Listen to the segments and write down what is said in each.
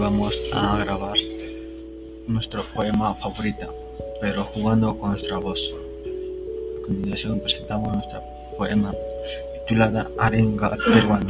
vamos a grabar nuestro poema favorito, pero jugando con nuestra voz. A continuación presentamos nuestro poema titulada Arenga al peruano.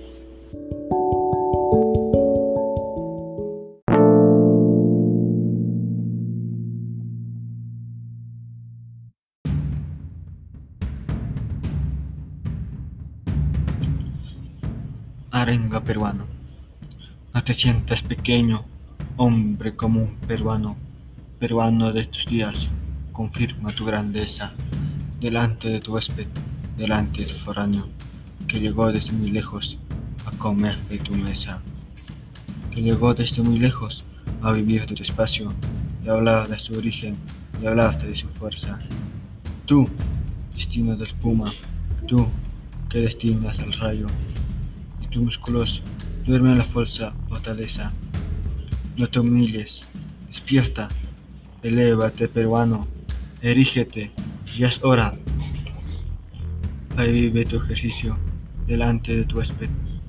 Arenga peruano. No te sientas pequeño, hombre común peruano, peruano de tus días, confirma tu grandeza, delante de tu huésped, delante de tu foráneo, que llegó desde muy lejos a comer de tu mesa, que llegó desde muy lejos a vivir de tu espacio, y hablaba de su origen, y hablaste de su fuerza. Tú, destino del puma, tú, que destinas al rayo, y tus músculos duermen en la falsa fortaleza. No te humilles, despierta, elévate peruano, erígete, ya es hora. Ahí vive tu ejercicio, delante de tu huésped,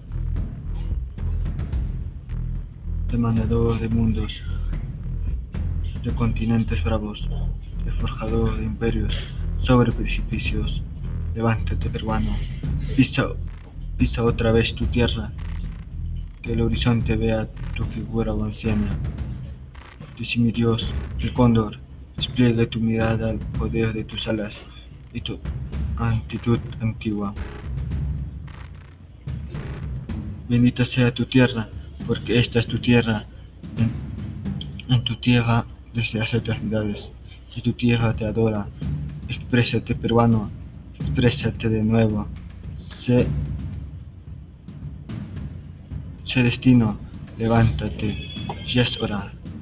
demandador de mundos, de continentes bravos, de forjador de imperios, sobre precipicios. Levántate peruano, pisa otra vez tu tierra, que el horizonte vea tu figura anciana. Dice mi Dios, el cóndor, despliegue tu mirada al poder de tus alas y tu actitud antigua. Bendita sea tu tierra, porque esta es tu tierra. En tu tierra desde hace eternidades, y tu tierra te adora. Exprésate peruano, exprésate de nuevo. Sé destino, levántate, ya es hora.